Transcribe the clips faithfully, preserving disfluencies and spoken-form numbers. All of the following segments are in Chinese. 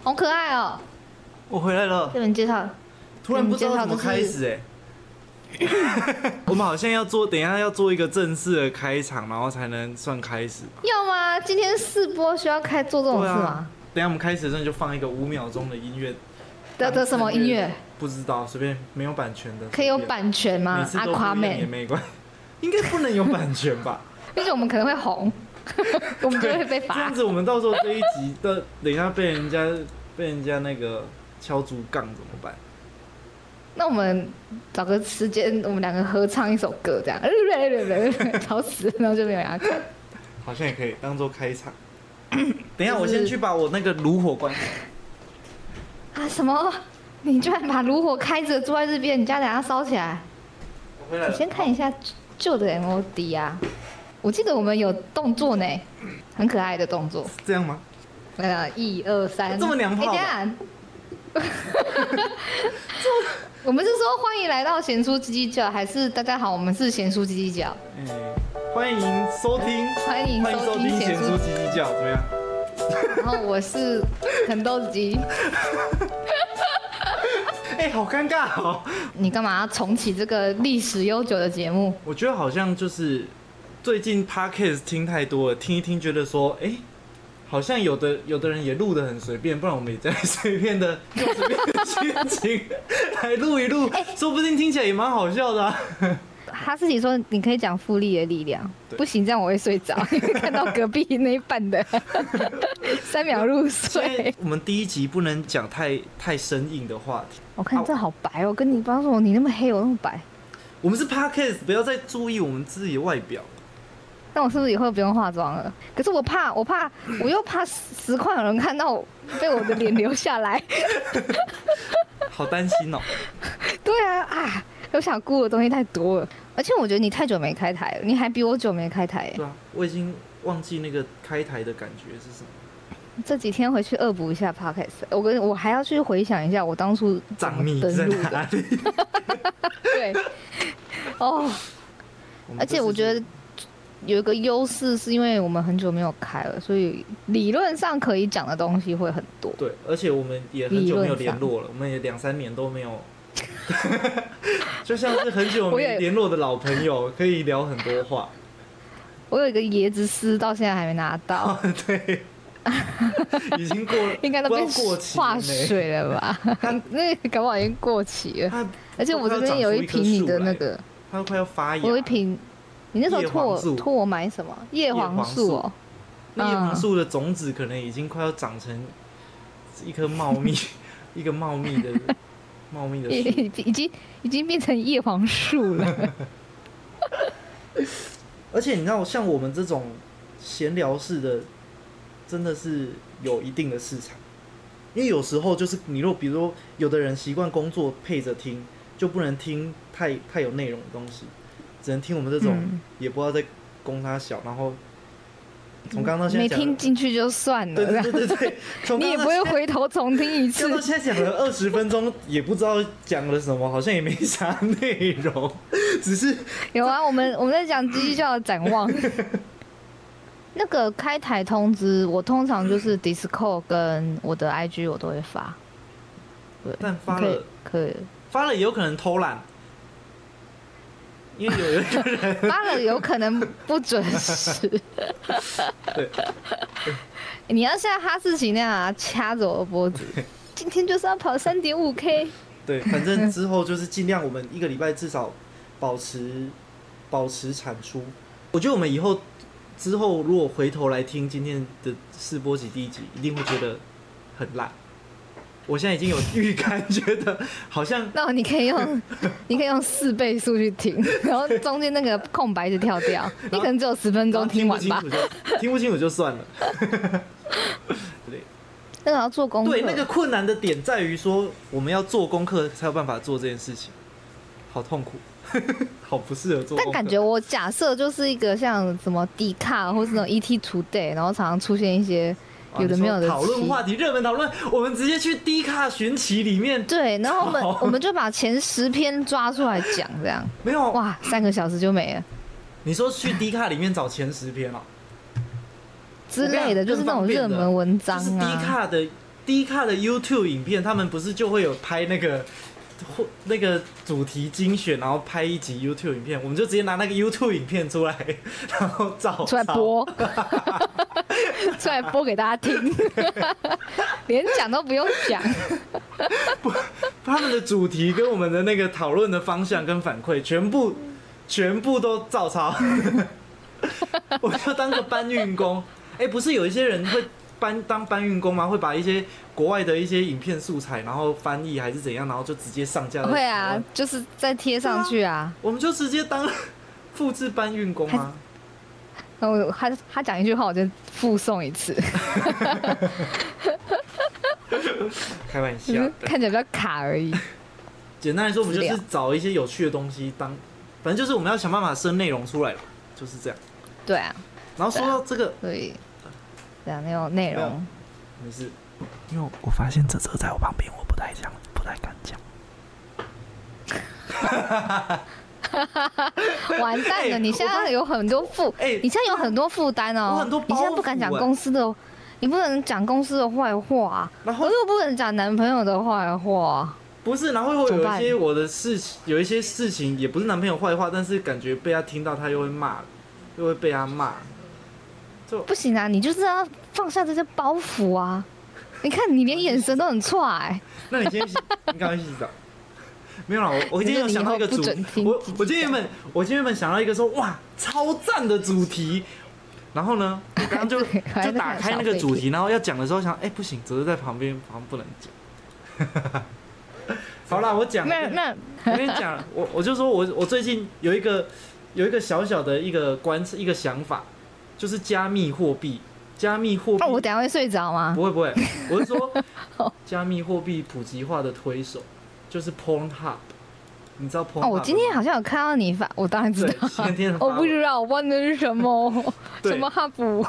好可爱哦！ 我回来了。 这本介绍， 突然不知道怎么开始哎、欸。我们好像要做，等一下要做一个正式的开场，然后才能算开始吧？ 要吗？今天试播需要开做这种事吗？ 啊、等一下我们开始的时候就放一个五秒钟的音乐。 的的什么音乐？ 不知道，随便，没有版权的。 可以有版权吗？ 每次都不一样也没关系，应该不能有版权吧？ 毕竟我们可能会红，我们就会被罚。 这样子，我们到时候这一集的，等一下被人家被人家那个敲竹杠怎么办？ 那我们找个时间，我们两个合唱一首歌，这样，吵死，然后就没有人要看。 好像也可以当做开场。等一下，我先去把我那个炉火关掉。 啊什么？你居然把炉火开着坐在这边，你家等下烧起来？ 我回来了。 你先看一下旧的 M O D 啊，我记得我们有动作呢，很可爱的动作。 这样吗？ 呃，一二三， 这么娘炮？ 哎我们是说欢迎来到咸酥鸡鸡叫，还是大家好，我们是咸酥鸡鸡叫？ 嗯，欢迎收听， 欢迎收听咸酥鸡鸡叫，怎么样？ 然后我是肯豆子鸡。 哎、欸，好尴尬哦！ 你干嘛要重启这个历史悠久的节目？ 我觉得好像就是最近 Podcast 听太多了，听一听觉得说，哎、欸，好像有的有的人也录得很随便，不然我们也在随便的用随便的心情来录一录，欸、说不定听起来也蛮好笑的、啊。 他自己说你可以讲复利的力量，不行，这样我会睡着，因为看到隔壁那一半的三秒入睡。 我们第一集不能讲太太生硬的话题。 我看这好白哦，跟你刚说你那么黑，我那么白。 我们是 Podcast， 不要再注意我们自己的外表。 那我是不是以后不用化妆了？可是我怕，我怕，我又怕实况有人看到我被我的脸留下来， 好担心哦。 对啊啊！我想顾的东西太多了，而且我觉得你太久没开台了，你还比我久没开台。 对啊，我已经忘记那个开台的感觉是什么。 这几天回去恶补一下 podcast， 我跟我还要去回想一下我当初怎么登录的。对，哦，而且我觉得有一个优势是因为我们很久没有开了，所以理论上可以讲的东西会很多。 对，而且我们也很久没有联络了，我们也两三年都没有。就像是很久没联络的老朋友，可以聊很多话。 我有一个椰子丝，到现在还没拿到。 哦、对，已经过， 应该都被化水了吧？那个搞不好已经过期了。而且我这边有一瓶你的那个， 它都快要发芽。 我有一瓶，你那时候托我托我买什么？叶黄素哦。 那叶黄素的种子可能已经快要长成一棵茂密、一个茂密的。茂密的树已经已经变成叶黄素了。 而且你知道，像我们这种闲聊式的，真的是有一定的市场。因为有时候就是你如果比如说有的人习惯工作配着听，就不能听太太有内容的东西，只能听我们这种、嗯、也不知道在供他小，然后。从刚到现在没听进去就算了， 对对对对， 你也不会回头重听一次。 到现在讲了二十分钟，也不知道讲了什么，好像也没啥内容，只是有啊，我们我们在讲鸡叫的展望。那个开台通知，我通常就是 Discord 跟我的 I G 我都会发。对， 但发了可以， 发了也有可能偷懒。因为有一个人发了有可能不准时。 对， 你要像哈士奇那样啊，掐着我的脖子。今天就是要跑 三点五K。 对，反正之后就是尽量我们一个礼拜至少保持保持产出。我觉得我们以后之后如果回头来听今天的试播集第一集，一定会觉得很烂。我现在已经有预感，觉得好像。 那你可以用，你可以用四倍速去听，然后中间那个空白就跳掉，你可能只有十分钟听完吧。 听不清楚就算了。对。 那个要做功课。 对，那个困难的点在于说，我们要做功课才有办法做这件事情，好痛苦，好不适合做功课。 但感觉我假设就是一个像什么 D 卡或是那种 E T Today， 然后常常出现一些。有的没有的讨论话题，热门讨论，我们直接去 D 卡寻奇里面。 对，然后我们我们就把前十篇抓出来讲，这样。 没有哇，三个小时就没了。 你说去 D 卡里面找前十篇哦、 之类的，就是那种热门文章啊。 就是 D 卡的 D 卡的 YouTube 影片，他们不是就会有拍那个或那个主题精选，然后拍一集 YouTube 影片，我们就直接拿那个 YouTube 影片出来，然后照出来播，出来播给大家听，连讲都不用讲。 他们的主题跟我们的那个讨论的方向跟反馈，全部全部都照抄。我就当个搬运工。哎、欸，不是有一些人会搬当搬运工吗？会把一些国外的一些影片素材，然后翻译还是怎样，然后就直接上架。 会啊，就是再贴上去啊。 我们就直接当复制搬运工啊。 他他讲一句话，我就附送一次。 开玩笑的， 看起来比较卡而已。 简单来说，我们就是找一些有趣的东西当，反正就是我们要想办法生内容出来了，就是这样。 对啊。然后说到这个， 对，这样那种内容。 没事，因为我发现哲哲在我旁边，我不太讲，不太敢讲。完蛋了！你现在有很多负，哎，你现在有很多负担哦。 很多你现在不敢讲公司的，你不能讲公司的坏话，然后又不能讲男朋友的坏话。 不是，然后会有一些我的事情，有一些事情也不是男朋友坏话，但是感觉被他听到，他又会骂，又会被他骂。 不行啊，你就是要放下这些包袱啊！你看你连眼神都很踹、欸。 那你今天洗，你赶快洗澡。没有啦，我我今天有想到一个主题，我我今天原本我今天原本想到一个说哇超赞的主题，然后呢，我刚刚就就打开那个主题，然后要讲的时候想，哎、欸、不行，哲哲在旁边，好像不能讲。好啦，我讲。 那那我跟你讲，我我就说我我最近有一个有一个小小的一个观一个想法。就是加密货币，加密货币。 哦，我等一下会睡着吗？ 不会不会，我是说，加密货币普及化的推手就是 Pornhub， 你知道 Pornhub？ 哦， 我今天好像有看到你发，我当然知道。 天天我不知道，我问的是什么？什么 hub？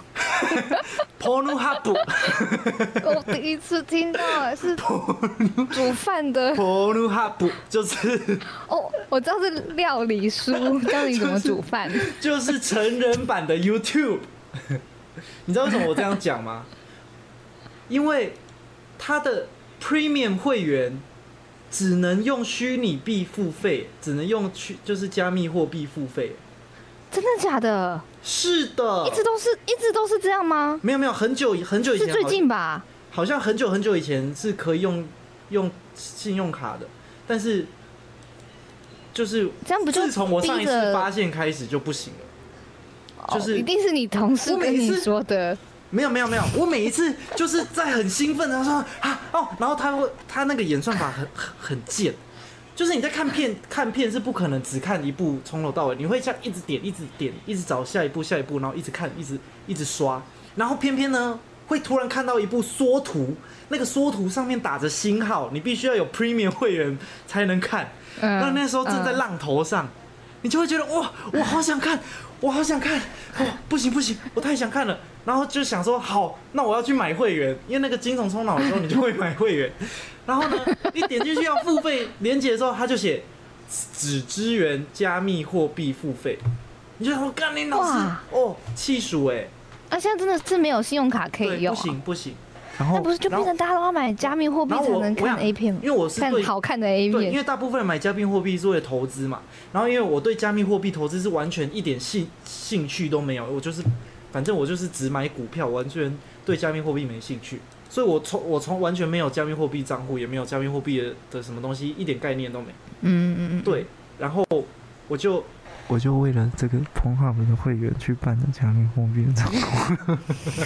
Pornhub。 我第一次听到是煮饭的 Pornhub， 就是哦，我知道是料理书，教你怎么煮饭， 就是、就是成人版的 YouTube。你知道为什么我这样讲吗？因为他的 Premium 会员只能用虚拟币付费，只能用去就是加密货币付费。 真的假的？ 是的， 一直都是一直都是这样吗？ 没有没有，很久很久以前， 是最近吧？ 好像很久很久以前是可以用用信用卡的，但是就是这样不就自从我上一次发现开始就不行了。就是、 哦、一定是你同事跟你说的。 没有没有没有，我每一次就是在很兴奋的说啊哦，然后他会他那个演算法很很很贱。就是你在看片，看片是不可能只看一部从头到尾，你会这样一直点，一直点，一直找下一部，下一部，然后一直看，一直一直刷，然后偏偏呢会突然看到一部缩图，那个缩图上面打着星号，你必须要有 Premium 会员才能看。嗯、那那时候正在浪头上，嗯、你就会觉得哇，我好想看，我好想看，哦，不行不行，我太想看了。然后就想说好，那我要去买会员，因为那个精虫充脑的时候你就会买会员。然后呢，一点进去要付费连结的时候，他就写只支援加密货币付费。你就想说干你老师哦，气数哎！ 啊，现在真的是没有信用卡可以用、啊， 不行不行。然后那不是就变成大家都要买加密货币才能看 A 片吗？ 因为我是看好看的 A 片， 因为大部分人买加密货币是为了投资嘛。然后因为我对加密货币投资是完全一点兴兴趣都没有，我就是反正我就是只买股票，完全对加密货币没兴趣。所以我从我从完全没有加密货币账户，也没有加密货币 的, 的什么东西，一点概念都没。 嗯嗯嗯。对， 然后我就我就为了这个 Pornhub 的会员去办的加密货币的账户。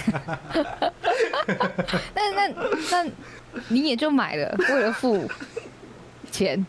那那那你也就买了，为了付钱。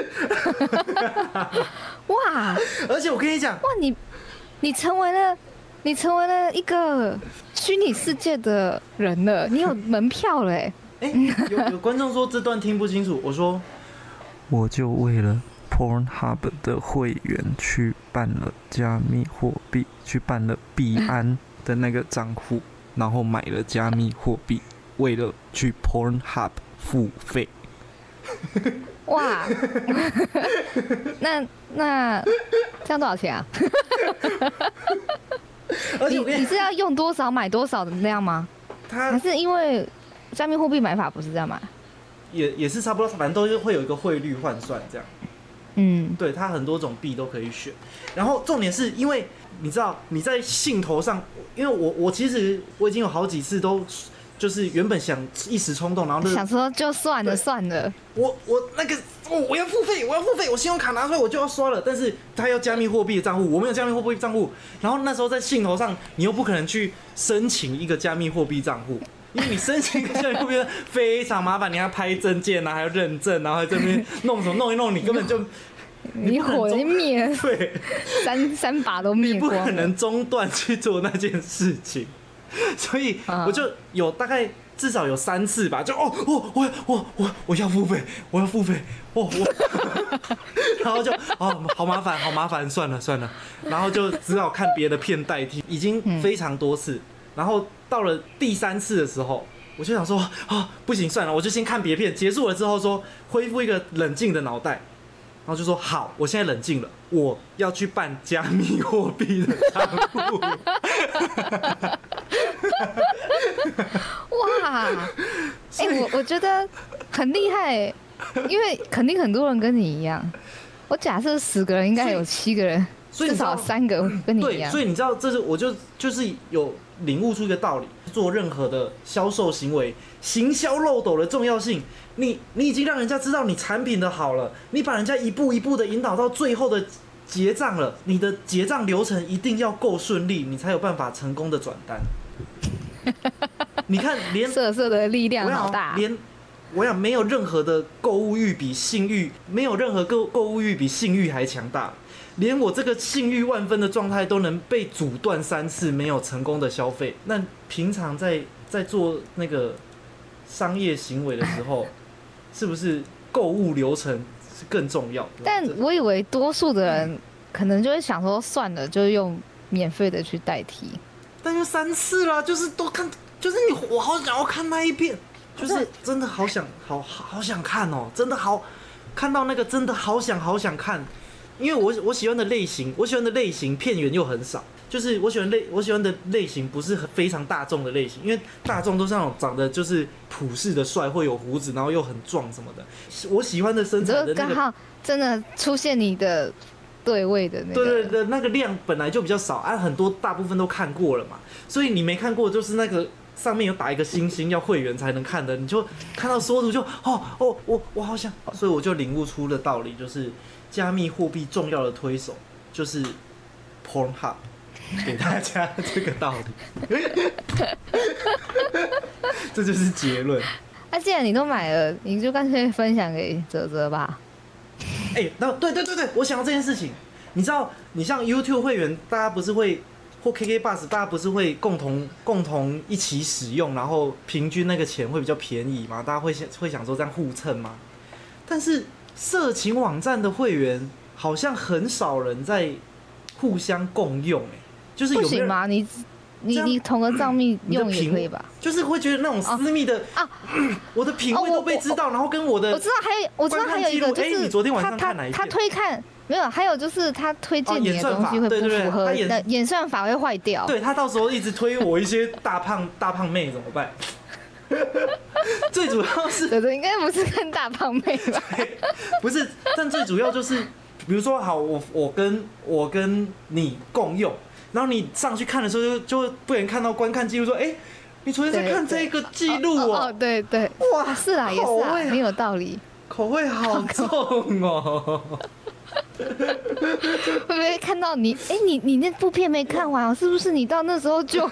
哇！ 而且我跟你讲， 哇你你成为了你成为了一个虚拟世界的人了，你有门票了哎、 欸欸。有有观众说这段听不清楚，我说我就为了 Pornhub 的会员去办了加密货币，去办了币安的那个账户。然后买了加密货币，为了去 Pornhub 付费。 哇，那那这样多少钱啊？你你是要用多少买多少的那样吗？还是因为加密货币买法不是这样吗？ 也也是差不多，反正都是会有一个汇率换算这样。 嗯， 对，它很多种币都可以选。然后重点是因为你知道你在兴头上，因为我我其实我已经有好几次都就是原本想一时冲动，然后想说就算了算了， 我我那个哦我要付费，我要付费，我信用卡拿出来我就要刷了，但是他要加密货币的账户，我没有加密货币账户，然后那时候在兴头上，你又不可能去申请一个加密货币账户。因为你申请一个加密货币非常麻烦，你还要拍证件啊，还要认证，然后还在那边弄什么弄一弄，你根本就你火就灭了， 对， 三三把都灭光了， 你不可能中断去做那件事情，所以我就有大概至少有三次吧，就哦哦我我我我要付费，我要付费，哦我，然后就哦好麻烦好麻烦，算了算了，然后就只好看别的片代替，已经非常多次，然后到了第三次的时候，我就想说啊、哦、不行算了，我就先看别片，结束了之后说恢复一个冷静的脑袋，然后就说好，我现在冷静了，我要去办加密货币的账户。 哇，哎、欸，我我觉得很厉害，因为肯定很多人跟你一样。我假设十个人，应该有七个人，至少三个跟你一样。 对，所以你知道，这是我就就是有领悟出一个道理：做任何的销售行为，行销漏斗的重要性。你你已经让人家知道你产品的好了，你把人家一步一步的引导到最后的结账了，你的结账流程一定要够顺利，你才有办法成功的转单。你看，连色色的力量好大， 连我想没有任何的购物欲比性欲，没有任何购购物欲比性欲还强大。连我这个性欲万分的状态都能被阻断三次，没有成功的消费。那平常在在做那个商业行为的时候，是不是购物流程是更重要？ 但我以为多数的人可能就会想说，算了，就用免费的去代替。 但就三次啦，就是都看，就是你，我好想要看那一遍，就是真的好想，好好想看哦，真的好看到那个，真的好想好想看，因为我我喜欢的类型，我喜欢的类型片源又很少，就是我喜欢类我喜欢的类型不是非常大众的类型，因为大众都是那种长得就是普世的帅，会有胡子，然后又很壮什么的，我喜欢的身材的那个刚好真的出现你的。对位的那个， 对对对，那个量本来就比较少，啊，很多大部分都看过了嘛，所以你没看过就是那个上面有打一个星星，要会员才能看的，你就看到缩图就哦哦，我我好想，所以我就领悟出了道理，就是加密货币重要的推手就是 Pornhub， 给大家这个道理，这就是结论。 那、啊、既然你都买了，你就干脆分享给哲哲吧。 哎、欸，那对对对对，我想到这件事情，你知道，你像 YouTube 会员，大家不是会或 K K Bus， 大家不是会共同共同一起使用，然后平均那个钱会比较便宜吗？大家会想会想说这样互蹭吗？但是色情网站的会员好像很少人在互相共用、欸，哎，就是有没有不行吗？你你你同个账密用也可以吧？ 就是会觉得那种私密的啊、嗯，我的品味都被知道，哦、然后跟我的我知道还有我知道还有一个就是、欸、 你昨天晚上看哪一他他推看没有，还有就是他推荐你的东西会不符合，那、哦、演算法会坏掉。 对他到时候一直推我一些大胖大胖妹怎么办？最主要是， 对对，应该不是看大胖妹吧？ 不是，但最主要就是，比如说好，我我跟我跟你共用。然后你上去看的时候就，就就会不然看到观看记录，说：“哎、欸，你昨天在看这个记录哦。” 哦，对对，哇，是啦，也是啦，很有道理， 口味好重哦。 会不会看到你？哎、欸，你你那部片没看完，是不是你到那时候就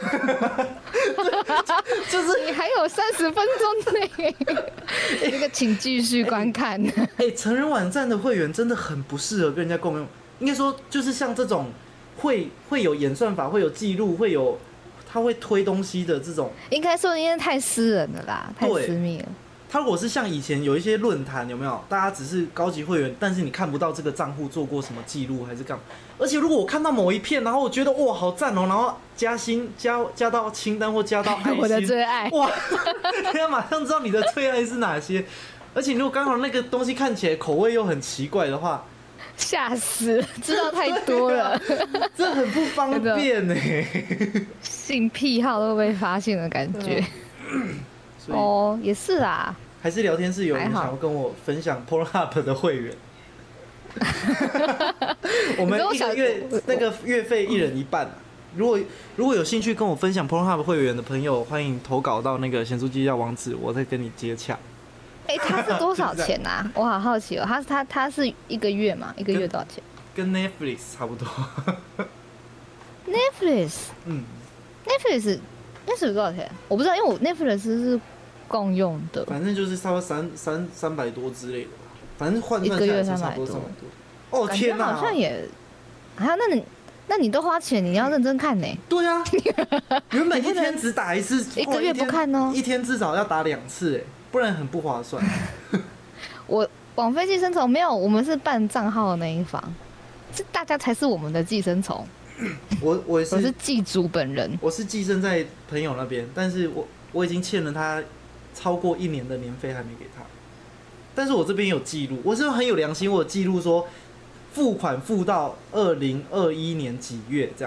就是你还有三十分钟内，那个请继续观看。哎、 欸欸，成人网站的会员真的很不适合跟人家共用，应该说就是像这种。会会有演算法，会有记录，会有他会推东西的这种， 应该说因为太私人了啦，太私密了。 他如果是像以前有一些论坛，有没有？大家只是高级会员，但是你看不到这个账户做过什么记录还是干嘛？而且如果我看到某一片，然后我觉得哇好赞哦，然后加薪加加到清单或加到爱心， 我的最爱哇，大家马上知道你的最爱是哪些。而且如果刚好那个东西看起来口味又很奇怪的话。 吓死，知道太多了，啊、 这很不方便呢。 性癖好都被发现的感觉。 哦，也是啊。 还是聊天室有人想要跟我分享 Pornhub 的会员。我们一个月那个月费一人一半、啊。如果如果有兴趣跟我分享 Pornhub 会员的朋友，欢迎投稿到那个咸酥鸡要网址，我再跟你接洽。 哎、欸，它是多少钱啊？我好好奇哦。它它它是一个月嘛？一个月多少钱？ 跟 Netflix 差不多。 Netflix， 嗯 ，Netflix Netflix 多少钱？我不知道，因为我 Netflix 是共用的。 反正就是差不多三三三百多之类的吧。反正换算下来差不多三百多。哦天哪！ 好像也，还有那你那你都花钱，你要认真看呢、欸。 对啊，原本一天只打一次， 一个月不看哦， 一天至少要打两次哎，不然很不划算。 我网飞寄生虫没有，我们是办账号的那一方，是大家才是我们的寄生虫。 我我是我是寄主本人， 我是寄生在朋友那边，但是我我已经欠了他超过一年的年费还没给他，但是我这边有记录，我是很有良心，我有记录说付款付到二零二一年几月这样。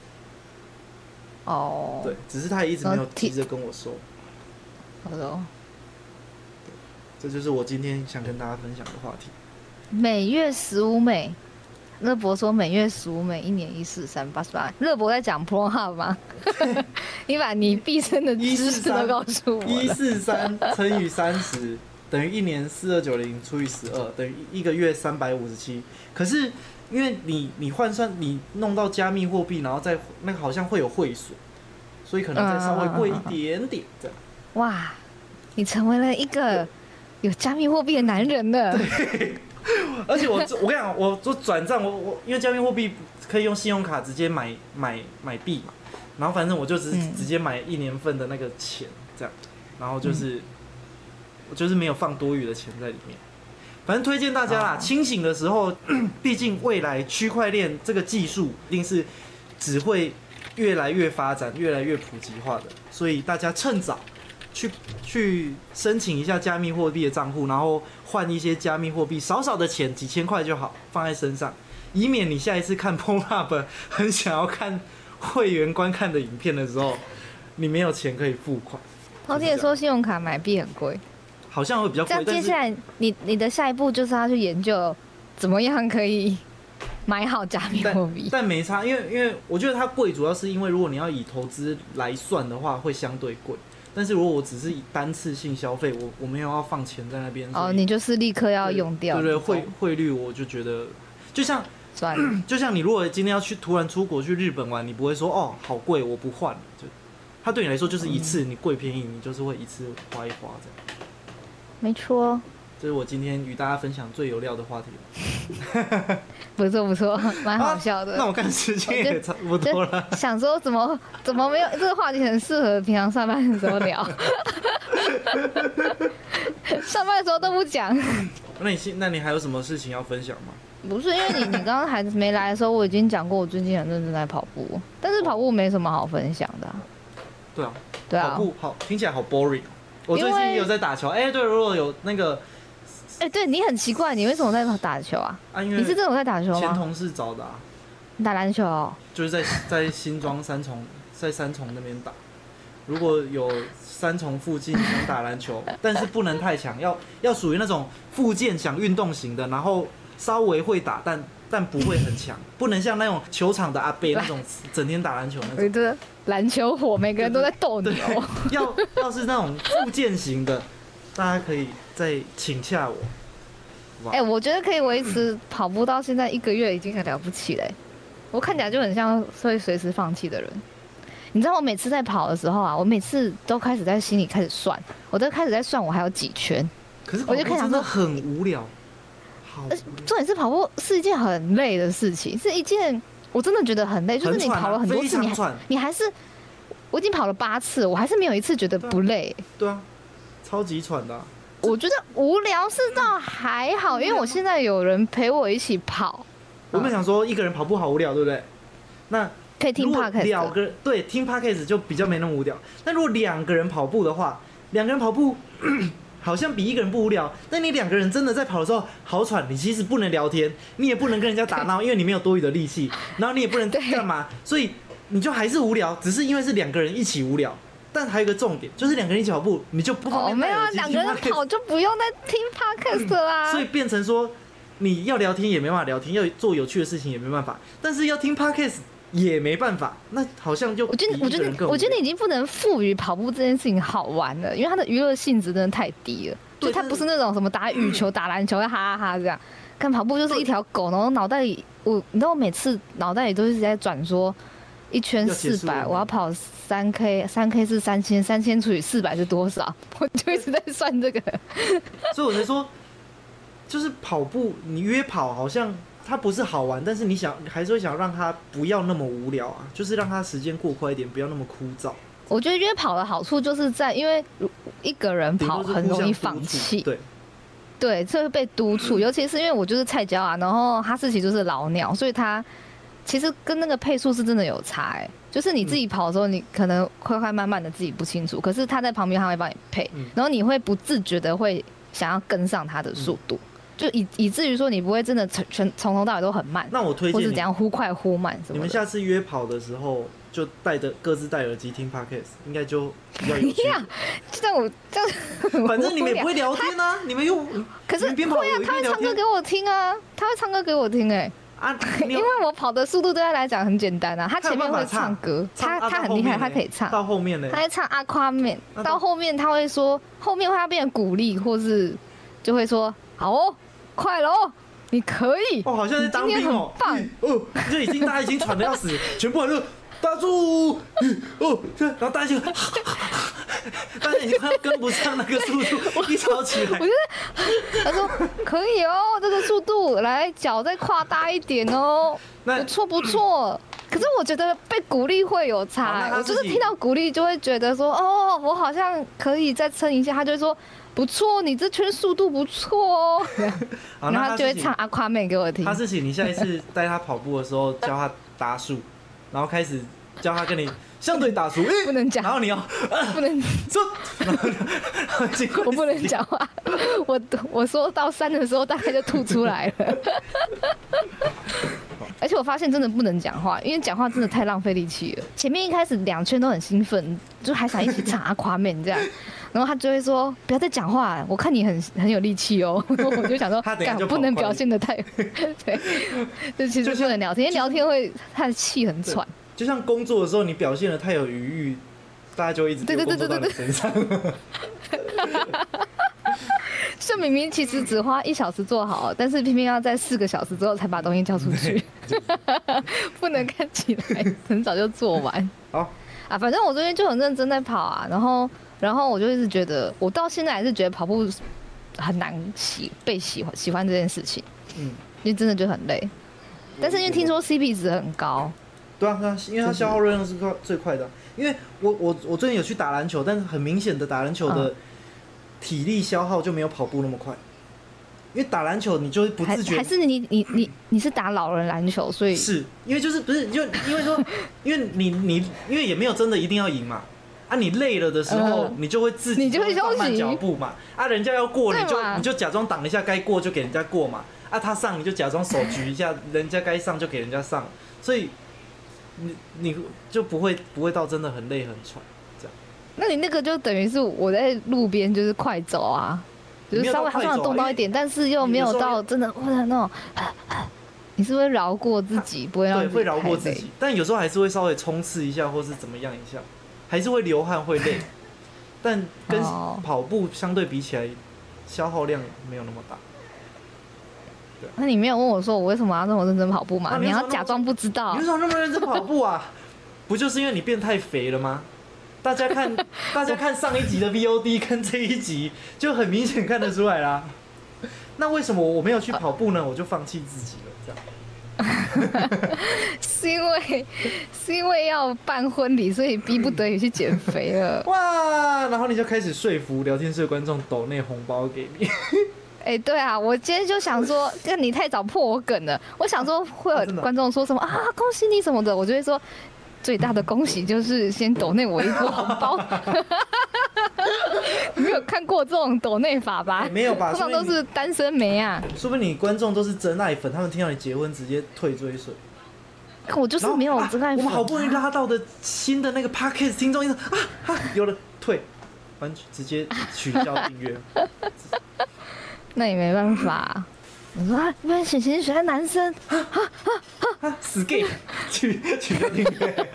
哦， 对，只是他也一直没有急着跟我说。 好的哦， 这就是我今天想跟大家分享的话题。 每月十五美。乐博说每月十五美，一年一四三八十八。乐博在讲 Pornhub 吗？你把你毕生的知识都告诉我了。 一四三乘以三十等于一年四二九零除以十二等于一个月三百五十七。可是因为你你换算你弄到加密货币，然后再那个好像会有汇损，所以可能再稍微贵一点点这样。 哇，你成为了一个有加密货币的男人了。 对。而且我我跟你讲，我做转账，我我因为加密货币可以用信用卡直接买买买币嘛，然后反正我就直、嗯、直接买一年份的那个钱这样，然后就是、嗯、我就是没有放多余的钱在里面。反正推荐大家啦，清醒的时候，毕竟未来区块链这个技术一定是只会越来越发展、越来越普及化的，所以大家趁早。去去申请一下加密货币的账户，然后换一些加密货币，少少的钱，几千块就好，放在身上，以免你下一次看 Pornhub 很想要看会员观看的影片的时候，你没有钱可以付款。 饕餮说信用卡买币很贵， 好像会比较贵。 这样接下来你你的下一步就是要去研究怎么样可以买好加密货币。 但, 但没差，因为因为我觉得它贵，主要是因为如果你要以投资来算的话，会相对贵。但是如果我只是以单次性消费，我我没有要放钱在那边， 哦，你就是立刻要用掉， 对对，汇汇率我就觉得，就像，就像你如果今天要去突然出国去日本玩，你不会说哦好贵我不换，就它对你来说就是一次，你贵便宜你就是会一次花一花这样。 没错。 这是我今天与大家分享最有料的话题。 不错不错，蛮好笑的。 啊、那我看时间也差不多了。 想说怎么怎么没有这个话题很适合平常上班的时候聊。上班的时候都不讲。 那你那你还有什么事情要分享吗？ 不是，因为你你刚刚孩子没来的时候，我已经讲过我最近很认真在跑步，但是跑步没什么好分享的、啊。 对啊， 对啊， 跑步好听起来好 boring。我最近也有在打球，哎、欸，对，如果有那个。 哎、欸，对你很奇怪，你为什么在打球啊？ 啊，因为你是真的在打球吗？ 前同事找的、啊。 你打篮球、哦？ 就是在在新庄三重，在三重那边打。如果有三重附近想打篮球，但是不能太强，要要属于那种复健想运动型的，然后稍微会打，但但不会很强，不能像那种球场的阿伯那种整天打篮球那种。 对，篮球火，每个人都在斗牛。 要要是那种复健型的。大家可以再请洽我。 哎、欸，我觉得可以维持跑步到现在一个月已经很了不起嘞。我看起来就很像会随时放弃的人。你知道我每次在跑的时候啊，我每次都开始在心里开始算，我都开始在算我还有几圈。 可是跑步真的很无聊。好无聊。 重点是跑步是一件很累的事情，是一件我真的觉得很累，就是你跑了很多次，你还你还是我已经跑了八次，我还是没有一次觉得不累。 对啊。超级喘的、啊， 我觉得无聊是倒还好，因为我现在有人陪我一起跑。 我们想说一个人跑步好无聊，对不对？那可以听 podcast， 两个对听 podcast 就比较没那么无聊。但如果两个人跑步的话，两个人跑步好像比一个人不无聊。但你两个人真的在跑的时候好喘，你其实不能聊天，你也不能跟人家打闹，因为你没有多余的力气，然后你也不能干嘛，所以你就还是无聊，只是因为是两个人一起无聊。 但还有一个重点，就是两个人一起跑步，你就不方便戴耳机听 podcast。 哦，没有，两个人跑就不用再听 podcast 啦、 嗯。所以变成说，你要聊天也没办法聊天，要做有趣的事情也没办法，但是要听 podcast 也没办法。那好像就我觉得，我觉得，我觉得已经不能赋予跑步这件事情好玩了，因为它的娱乐性质真的太低了。就它不是那种什么打羽球、打篮球要哈哈哈这样，看跑步就是一条狗，然后脑袋里我，你知道我每次脑袋里都是在转说。一圈四百，我要跑三 K， 三 K 是三千，三千除以四百是多少？我就一直在算这个。 所以我才说，就是跑步，你约跑好像它不是好玩，但是你想还是会想让它不要那么无聊啊，就是让它时间过快一点，不要那么枯燥。 我觉得约跑的好处就是在，因为一个人跑很容易放弃， 对， 对，这会被督促，尤其是因为我就是菜椒啊，然后哈士奇就是老鸟，所以他。其实跟那个配速是真的有差哎、欸，就是你自己跑的时候，你可能快快慢慢的自己不清楚，可是他在旁边他会帮你配，然后你会不自觉的会想要跟上他的速度，就以以至于说你不会真的全从头到尾都很慢。 那我推荐或是怎样忽快忽慢什么的。 你们下次约跑的时候就带着各自戴耳机听 podcast， 应该就比较有趣。 就像我这样， 反正你们也不会聊天啊，你们又可是会啊，他会唱歌给我听啊，他会唱歌给我听哎、欸。啊，因为我跑的速度对他来讲很简单啊，他前面会唱歌，他他很厉害，他可以唱。 到后面呢？ 他在唱 Aquaman， 到后面他会说，后面会他变鼓励，或是就会说，好哦，快了哦，你可以。 哦，好像是当兵哦， 棒哦，就已经大家已经喘得要死，全部人就打住，哦，然后大家就，大家已经快要跟不上那个速度，一吵起来。 我觉得他说可以哦，这个速度来脚再跨大一点哦，不错不错。可是我觉得被鼓励会有差、欸，我就是听到鼓励就会觉得说，哦，我好像可以再撑一下。他就会说不错，你这圈速度不错哦。然后他就会唱 Aquaman 给我听。 哈士奇，你下一次带他跑步的时候教他打数，然后开始教他跟你。相对打输， 不能讲， 然后你要、呃、 不能说， 我不能讲话，我我说到三的时候大概就吐出来了，而且我发现真的不能讲话，因为讲话真的太浪费力气了。前面一开始两圈都很兴奋，就还想一起唱Aquaman这样，然后他就会说不要再讲话，我看你很很有力气哦，然后我就想说，干不能表现得太，对，就其实不能聊天，因为聊天会他的气很喘。 就像工作的时候，你表现得太有余裕，大家就会一直丢工作到你身上。 这明明其实只花一小时做好，但是偏偏要在四个小时之后才把东西交出去，不能看起来很早就做完。 好啊，反正我最近就很认真在跑啊，然后然后我就一直觉得，我到现在还是觉得跑步很难喜被喜欢喜欢这件事情，嗯，因为真的就很累。但是因为听说 C P 值很高。 对啊，对啊，因为它消耗热量是最快的。因为我我我最近有去打篮球，但是很明显的打篮球的体力消耗就没有跑步那么快。因为打篮球你就会不自觉， 还是你你你你是打老人篮球，所以是因为就是不是就因为说，因为你你因为也没有真的一定要赢嘛。啊，你累了的时候，呃、你就会自己你就会放慢脚步嘛。啊，人家要过你就你就假装挡一下，该过就给人家过嘛。啊，他上你就假装手举一下，人家该上就给人家上，所以。你你就不会不会到真的很累很喘这样。 那你那个就等于是我在路边就是快走啊，就是稍微好像有动到一点，但是又没有到真的或者那种，你是会饶过自己，不会让自己对会饶过自己，但有时候还是会稍微冲刺一下或是怎么样一下，还是会流汗会累，但跟跑步相对比起来，消耗量没有那么大。 那你没有问我说我为什么要那么认真跑步吗？啊、你, 你要假装不知道。 你为什么那么认真跑步啊？不就是因为你变太肥了吗？大家看，大家看上一集的 V O D 跟这一集，就很明显看得出来啦。那为什么我没有去跑步呢？我就放弃自己了，这样。 是因为是因为要办婚礼，所以逼不得已去减肥了。 哇！然后你就开始说服聊天室的观众抖内红包给你。 哎、欸，对啊，我今天就想说，你太早破我梗了。我想说会有观众说什么 啊, 啊，恭喜你什么的，我就会说，最大的恭喜就是先抖内我一波红包。你没有看过这种抖内法吧？ 欸、没有吧？ 通常都是单身妹啊。 说不定你观众都是真爱粉，他们听到你结婚直接退追水。 我就是没有真爱粉、啊啊。 我们好不容易拉到的新的那个 podcast 听众，一啊啊，有了退，完全直接取消订阅。 那也没办法。我说啊，因为贤贤喜欢男生，啊啊啊啊，死 gay， 取取消订阅。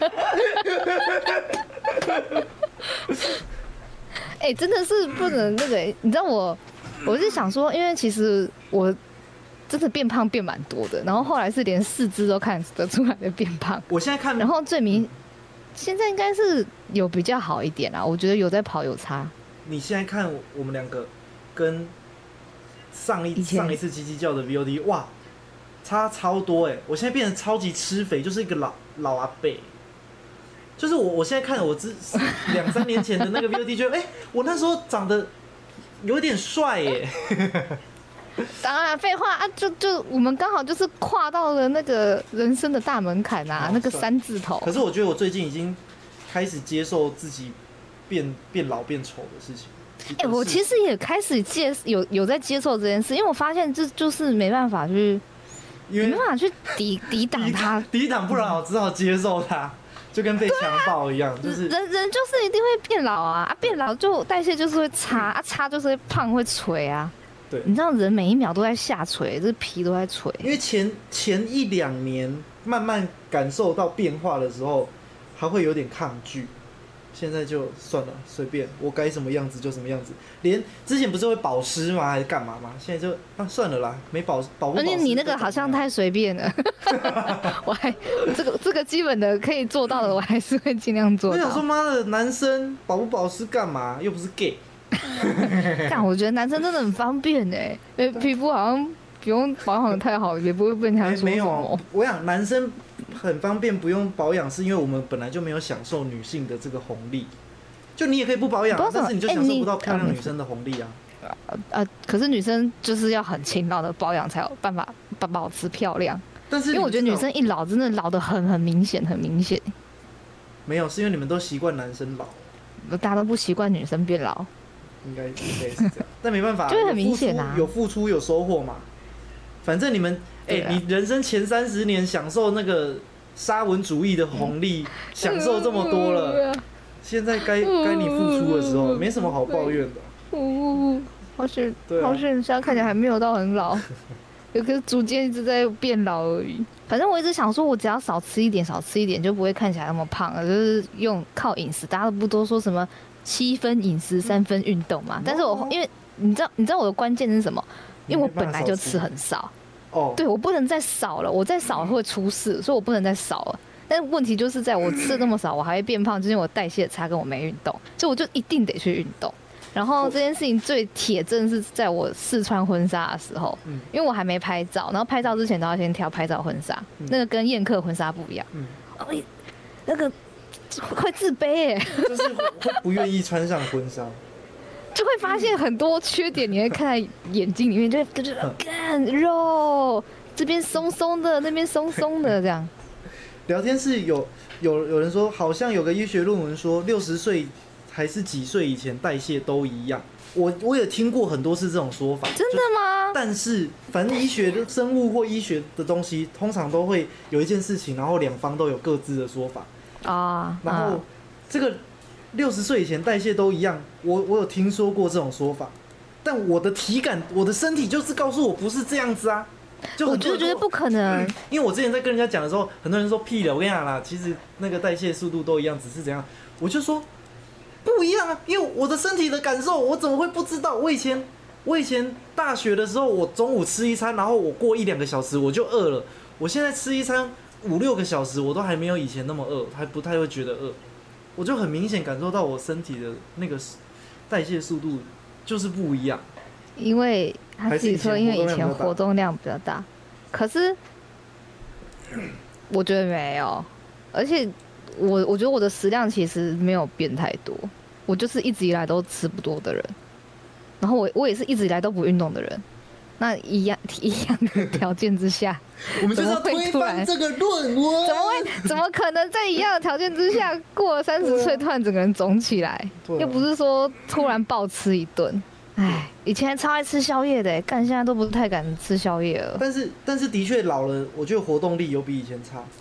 哎、欸，真的是不能那个、欸，你知道我，我是想说，因为其实我真的变胖变蛮多的，然后后来是连四肢都看得出来的变胖。 我现在看， 然后最明，现在应该是有比较好一点啦，我觉得有在跑有差。 你现在看我们两个跟上一上一次鸡鸡叫的 V O D， 哇，差超多哎、欸！我现在变得超级吃肥，就是一个老老阿伯。就是我，我现在看我之两三年前的那个 V O D， 觉得哎、欸，我那时候长得有点帅耶。 当然，废话啊，就就我们刚好就是跨到了那个人生的大门槛啊，那个三字头。 可是我觉得我最近已经开始接受自己变变老变丑的事情。 哎、欸，我其实也开始接有有在接受这件事，因为我发现这就是没办法去，没办法去抵抵挡它， 抵挡不了，我只好接受它。就跟被强暴一样，啊、就是人人就是一定会变老啊，啊变老就代谢就是会差，啊差就是会胖会垂啊。 对， 你知道人每一秒都在下垂，这皮都在垂。 因为前前一两年慢慢感受到变化的时候，还会有点抗拒。现在就算了，随便我该什么样子就什么样子。连之前不是会保湿吗？还是干嘛吗？现在就啊算了啦，没保保不保湿。而且你那个好像太随便了，我还这个这个基本的可以做到的，我还是会尽量做到。 我想说妈的，男生保不保湿干嘛？又不是 gay。 但我觉得男生真的很方便哎、欸，皮肤好像不用保养的太好，也不会被人家说什么。 没有，我想男生很方便不用保养，是因为我们本来就没有享受女性的这个红利。就你也可以不保养，但是你就享受不到漂亮女生的红利啊。 呃呃，可是女生就是要很勤劳的保养才有办法保保持漂亮。 但是因为我觉得女生一老真的老得很很明显，很明显。 没有，是因为你们都习惯男生老， 大家都不习惯女生变老。 应该应该是这样，但没办法， 就会很明显啊， 有付出有收获嘛。反正你们，哎、欸，你人生前三十年享受那个沙文主义的红利，享受这么多了，现在该该你付出的时候，没什么好抱怨的。 呜，好险，好险，现在看起来还没有到很老，可是逐渐一直在变老而已。反正我一直想说，我只要少吃一点，少吃一点，就不会看起来那么胖了。就是用靠饮食，大家都不都说什么七分饮食三分运动嘛？但是我因为你知道，你知道我的关键是什么？因为我本来就吃很少。哦，对，我不能再少了，我再少会出事，所以我不能再少了。但是问题就是在我吃那么少，我还会变胖，就是因为我代谢差跟我没运动，所以我就一定得去运动。然后这件事情最铁证是在我试穿婚纱的时候，嗯、因为我还没拍照，然后拍照之前都要先挑拍照婚纱，嗯、那个跟宴客婚纱不一样。嗯，哦，那个会自卑耶， 就是会不愿意穿上婚纱。 就会发现很多缺点，你会看在眼睛里面，就会就觉得干肉这边松松的，那边松松的这样。 聊天室有有有人说，好像有个医学论文说，六十岁还是几岁以前代谢都一样。我我也听过很多次这种说法。 真的吗？ 但是反正医学的生物或医学的东西，通常都会有一件事情，然后两方都有各自的说法啊。然后这个。六十岁以前代谢都一样，我我有听说过这种说法，但我的体感，我的身体就是告诉我不是这样子啊， 就我就觉得不可能、嗯， 因为我之前在跟人家讲的时候，很多人说屁了，我跟你讲啦，其实那个代谢速度都一样，只是怎样，我就说不一样啊，因为我的身体的感受，我怎么会不知道？我以前我以前大学的时候，我中午吃一餐，然后我过一两个小时我就饿了，我现在吃一餐五六个小时，我都还没有以前那么饿，还不太会觉得饿。我就很明显感受到我身体的那个代谢速度就是不一样， 因为他自己说，因为以前活动量比较大，可是我觉得没有，而且我我觉得我的食量其实没有变太多，我就是一直以来都吃不多的人，然后我我也是一直以来都不运动的人。那一样一样的条件之下， 我们就是要推翻这个论文。 怎么会？怎么可能在一样的条件之下，过了三十岁突然整个人肿起来？啊、又不是说突然暴吃一顿。哎，以前超爱吃宵夜的，干现在都不太敢吃宵夜了。 但是但是的确老了，我觉得活动力有比以前差。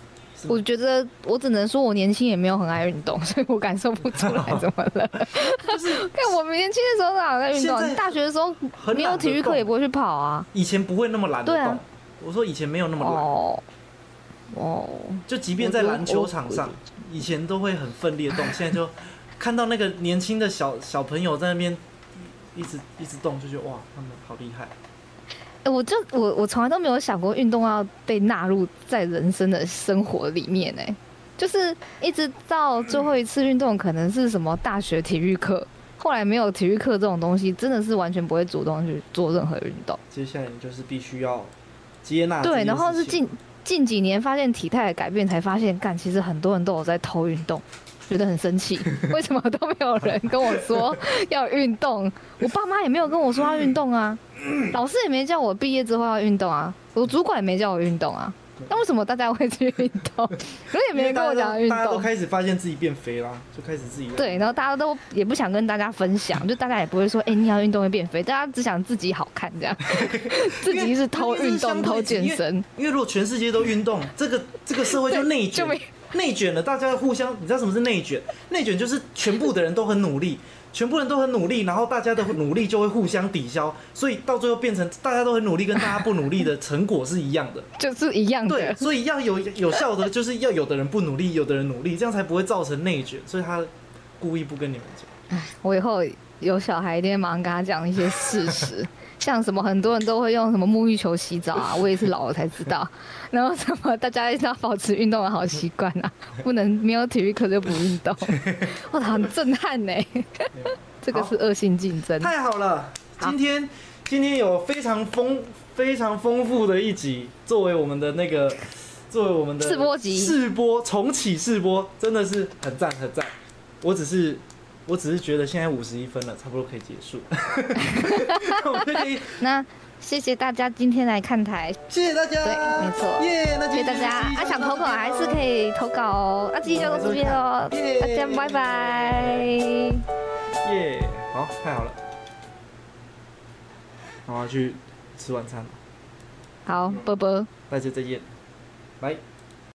我觉得我只能说我年轻也没有很爱运动，所以我感受不出来怎么了。就是看我年轻的时候哪有在运动？大学的时候没有体育课也不会去跑啊。 以前不会那么懒得动。啊、我说以前没有那么懒。哦。哦。就即便在篮球场上，以前都会很奋力的动，现在就看到那个年轻的小小朋友在那边一直一直动，就觉得哇，他们好厉害。 欸、我就我我从来都没有想过运动要被纳入在人生的生活里面哎、欸，就是一直到最后一次运动可能是什么大学体育课，后来没有体育课这种东西，真的是完全不会主动去做任何运动。 接下来你就是必须要接纳。 对，然后是近近几年发现体态的改变，才发现干其实很多人都有在偷运动。觉得很生气，为什么都没有人跟我说要运动？我爸妈也没有跟我说要运动啊，老师也没叫我毕业之后要运动啊，我主管也没叫我运动啊。那为什么大家会去运动？我也没人跟我讲运动。 大家都开始发现自己变肥啦，就开始自己对，然后大家都也不想跟大家分享，就大家也不会说，哎、欸，你要运动会变肥，大家只想自己好看这样，自己是偷运动、偷健身。 因为如果全世界都运动，这个这个社会就内卷。内卷了，大家互相，你知道什么是内卷？内卷就是全部的人都很努力，全部人都很努力，然后大家的努力就会互相抵消，所以到最后变成大家都很努力，跟大家不努力的成果是一样的， 就是一样的。 对，所以要有有效的，就是要有的人不努力，有的人努力，这样才不会造成内卷。所以他故意不跟你们讲。 我以后有小孩一定会马上跟他讲一些事实。像什么很多人都会用什么沐浴球洗澡啊，我也是老了才知道。然后什么大家一定要保持运动的好习惯啊，不能没有体育课就不运动。哇，很震撼呢！这个是恶性竞争。 太好了，今天今天有非常丰非常丰富的一集，作为我们的那个作为我们的试播集， 试播重启试播，真的是很赞很赞。我只是。我只是觉得现在五十一分了，差不多可以结束。 那谢谢大家今天来看台， 谢谢大家， 对，没错， 耶、yeah, 那谢谢大家。啊，想投稿还是可以投稿哦。啊，今天就到这边喽， yeah, 大家拜拜。 耶、yeah, 好，太好了，我要去吃晚餐了。 好，啵啵， 大家再见，拜。